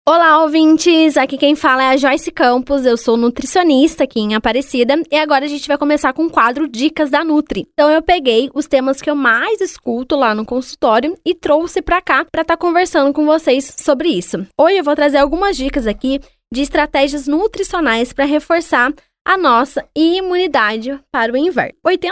Olá, ouvintes! Aqui quem fala é a Joyce Campos, eu sou nutricionista aqui em Aparecida e agora a gente vai começar com o quadro Dicas da Nutri. Então eu peguei os temas que eu mais escuto lá no consultório e trouxe pra cá pra estar conversando com vocês sobre isso. Hoje eu vou trazer algumas dicas aqui de estratégias nutricionais para reforçar a nossa imunidade para o inverno.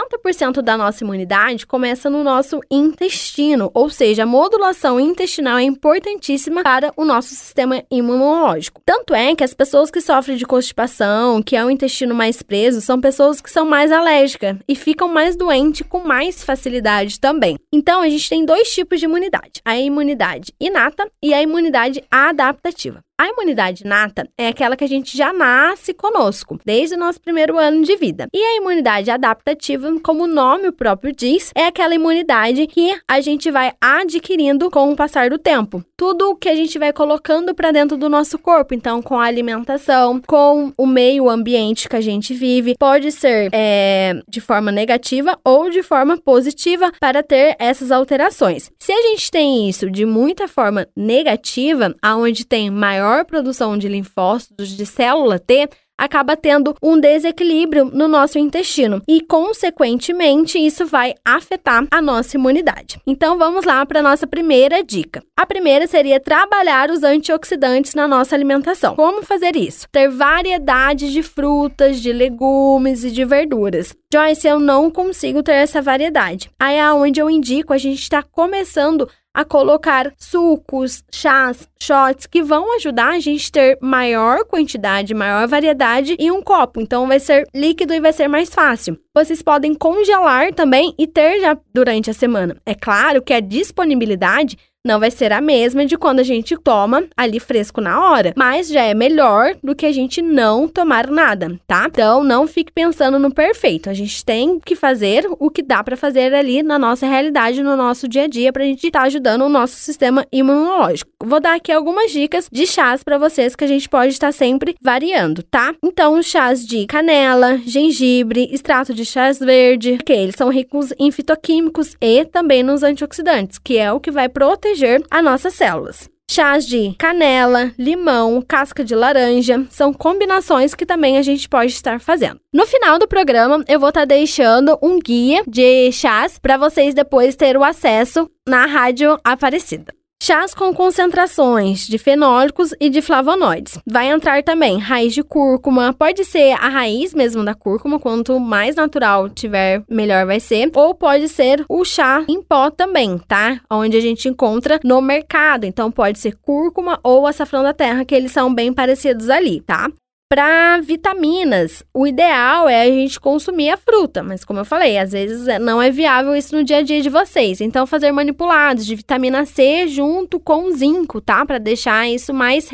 80% da nossa imunidade começa no nosso intestino, ou seja, a modulação intestinal é importantíssima para o nosso sistema imunológico. Tanto é que as pessoas que sofrem de constipação, que é o intestino mais preso, são pessoas que são mais alérgicas e ficam mais doentes com mais facilidade também. Então, a gente tem dois tipos de imunidade, a imunidade inata e a imunidade adaptativa. A imunidade inata é aquela que a gente já nasce conosco, desde o nosso primeiro ano de vida. E a imunidade adaptativa, como o nome próprio diz, é aquela imunidade que a gente vai adquirindo com o passar do tempo. Tudo o que a gente vai colocando para dentro do nosso corpo, então com a alimentação, com o meio ambiente que a gente vive, pode ser de forma negativa ou de forma positiva para ter essas alterações. Se a gente tem isso de muita forma negativa, aonde tem maior produção de linfócitos, de célula T, acaba tendo um desequilíbrio no nosso intestino e, consequentemente, isso vai afetar a nossa imunidade. Então, vamos lá para a nossa primeira dica. A primeira seria trabalhar os antioxidantes na nossa alimentação. Como fazer isso? Ter variedade de frutas, de legumes e de verduras. Joyce, eu não consigo ter essa variedade. Aí é onde eu indico, a gente está começando a colocar sucos, chás, shots que vão ajudar a gente a ter maior quantidade, maior variedade em um copo. Então, vai ser líquido e vai ser mais fácil. Vocês podem congelar também e ter já durante a semana. É claro que a disponibilidade não vai ser a mesma de quando a gente toma ali fresco na hora, mas já é melhor do que a gente não tomar nada, tá? Então, não fique pensando no perfeito. A gente tem que fazer o que dá pra fazer ali na nossa realidade, no nosso dia a dia, pra gente estar ajudando o nosso sistema imunológico. Vou dar aqui algumas dicas de chás pra vocês que a gente pode estar sempre variando, tá? Então, chás de canela, gengibre, extrato de chás verde, que eles são ricos em fitoquímicos e também nos antioxidantes, que é o que vai proteger as nossas células. Chás de canela, limão, casca de laranja, são combinações que também a gente pode estar fazendo. No final do programa, eu vou estar deixando um guia de chás para vocês depois terem o acesso na Rádio Aparecida. Chás com concentrações de fenólicos e de flavonoides. Vai entrar também raiz de cúrcuma, pode ser a raiz mesmo da cúrcuma, quanto mais natural tiver, melhor vai ser. Ou pode ser o chá em pó também, tá? Onde a gente encontra no mercado. Então, pode ser cúrcuma ou açafrão da terra, que eles são bem parecidos ali, tá? Para vitaminas, o ideal é a gente consumir a fruta, mas como eu falei, às vezes não é viável isso no dia a dia de vocês. Então, fazer manipulados de vitamina C junto com zinco, tá? Para deixar isso mais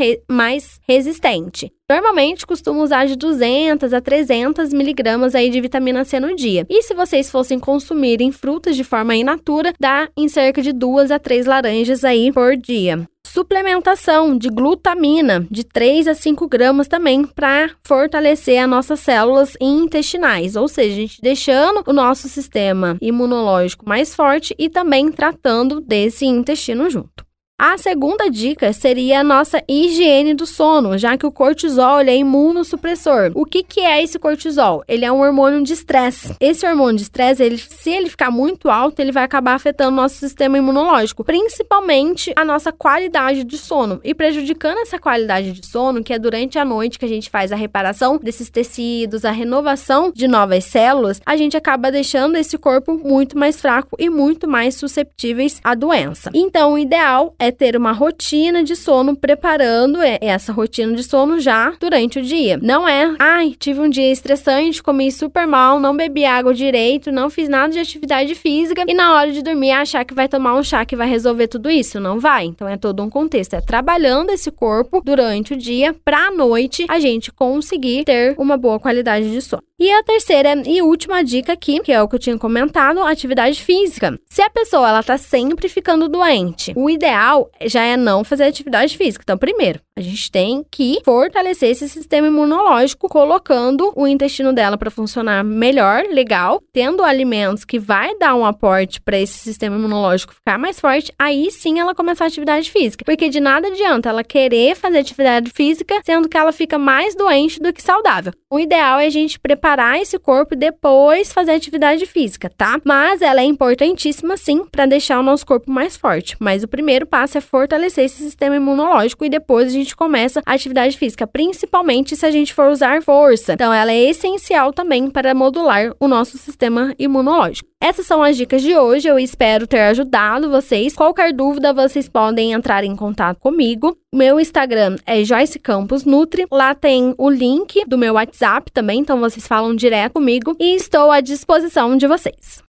resistente. Normalmente, costumo usar de 200 a 300 miligramas aí de vitamina C no dia. E se vocês fossem consumirem frutas de forma in natura, dá em cerca de 2 a 3 laranjas aí por dia. Suplementação de glutamina de 3 a 5 gramas também para fortalecer as nossas células intestinais, ou seja, a gente deixando o nosso sistema imunológico mais forte e também tratando desse intestino junto. A segunda dica seria a nossa higiene do sono, já que o cortisol é imunossupressor. O que é esse cortisol? Ele é um hormônio de estresse. Esse hormônio de estresse, se ele ficar muito alto, ele vai acabar afetando o nosso sistema imunológico, principalmente a nossa qualidade de sono e prejudicando essa qualidade de sono, que é durante a noite que a gente faz a reparação desses tecidos, a renovação de novas células, a gente acaba deixando esse corpo muito mais fraco e muito mais susceptíveis à doença. Então, o ideal é ter uma rotina de sono, preparando essa rotina de sono já durante o dia. Não é, tive um dia estressante, comi super mal, não bebi água direito, não fiz nada de atividade física e na hora de dormir achar que vai tomar um chá que vai resolver tudo isso. Não vai. Então, é todo um contexto. É trabalhando esse corpo durante o dia para a noite a gente conseguir ter uma boa qualidade de sono. E a terceira e última dica aqui, que é o que eu tinha comentado, atividade física. Se a pessoa ela tá sempre ficando doente, o ideal já é não fazer atividade física. Então, primeiro, A gente tem que fortalecer esse sistema imunológico, colocando o intestino dela para funcionar melhor, legal, tendo alimentos que vai dar um aporte para esse sistema imunológico ficar mais forte, aí sim ela começar a atividade física. Porque de nada adianta ela querer fazer atividade física, sendo que ela fica mais doente do que saudável. O ideal é a gente preparar esse corpo e depois fazer atividade física, tá? Mas ela é importantíssima sim para deixar o nosso corpo mais forte. Mas o primeiro passo é fortalecer esse sistema imunológico e depois a gente começa a atividade física, principalmente se a gente for usar força. Então ela é essencial também para modular o nosso sistema imunológico. Essas são as dicas de hoje, eu espero ter ajudado vocês. Qualquer dúvida, vocês podem entrar em contato comigo. Meu Instagram é Joyce Campos Nutri. Lá tem o link do meu WhatsApp também, então vocês falam direto comigo. E estou à disposição de vocês.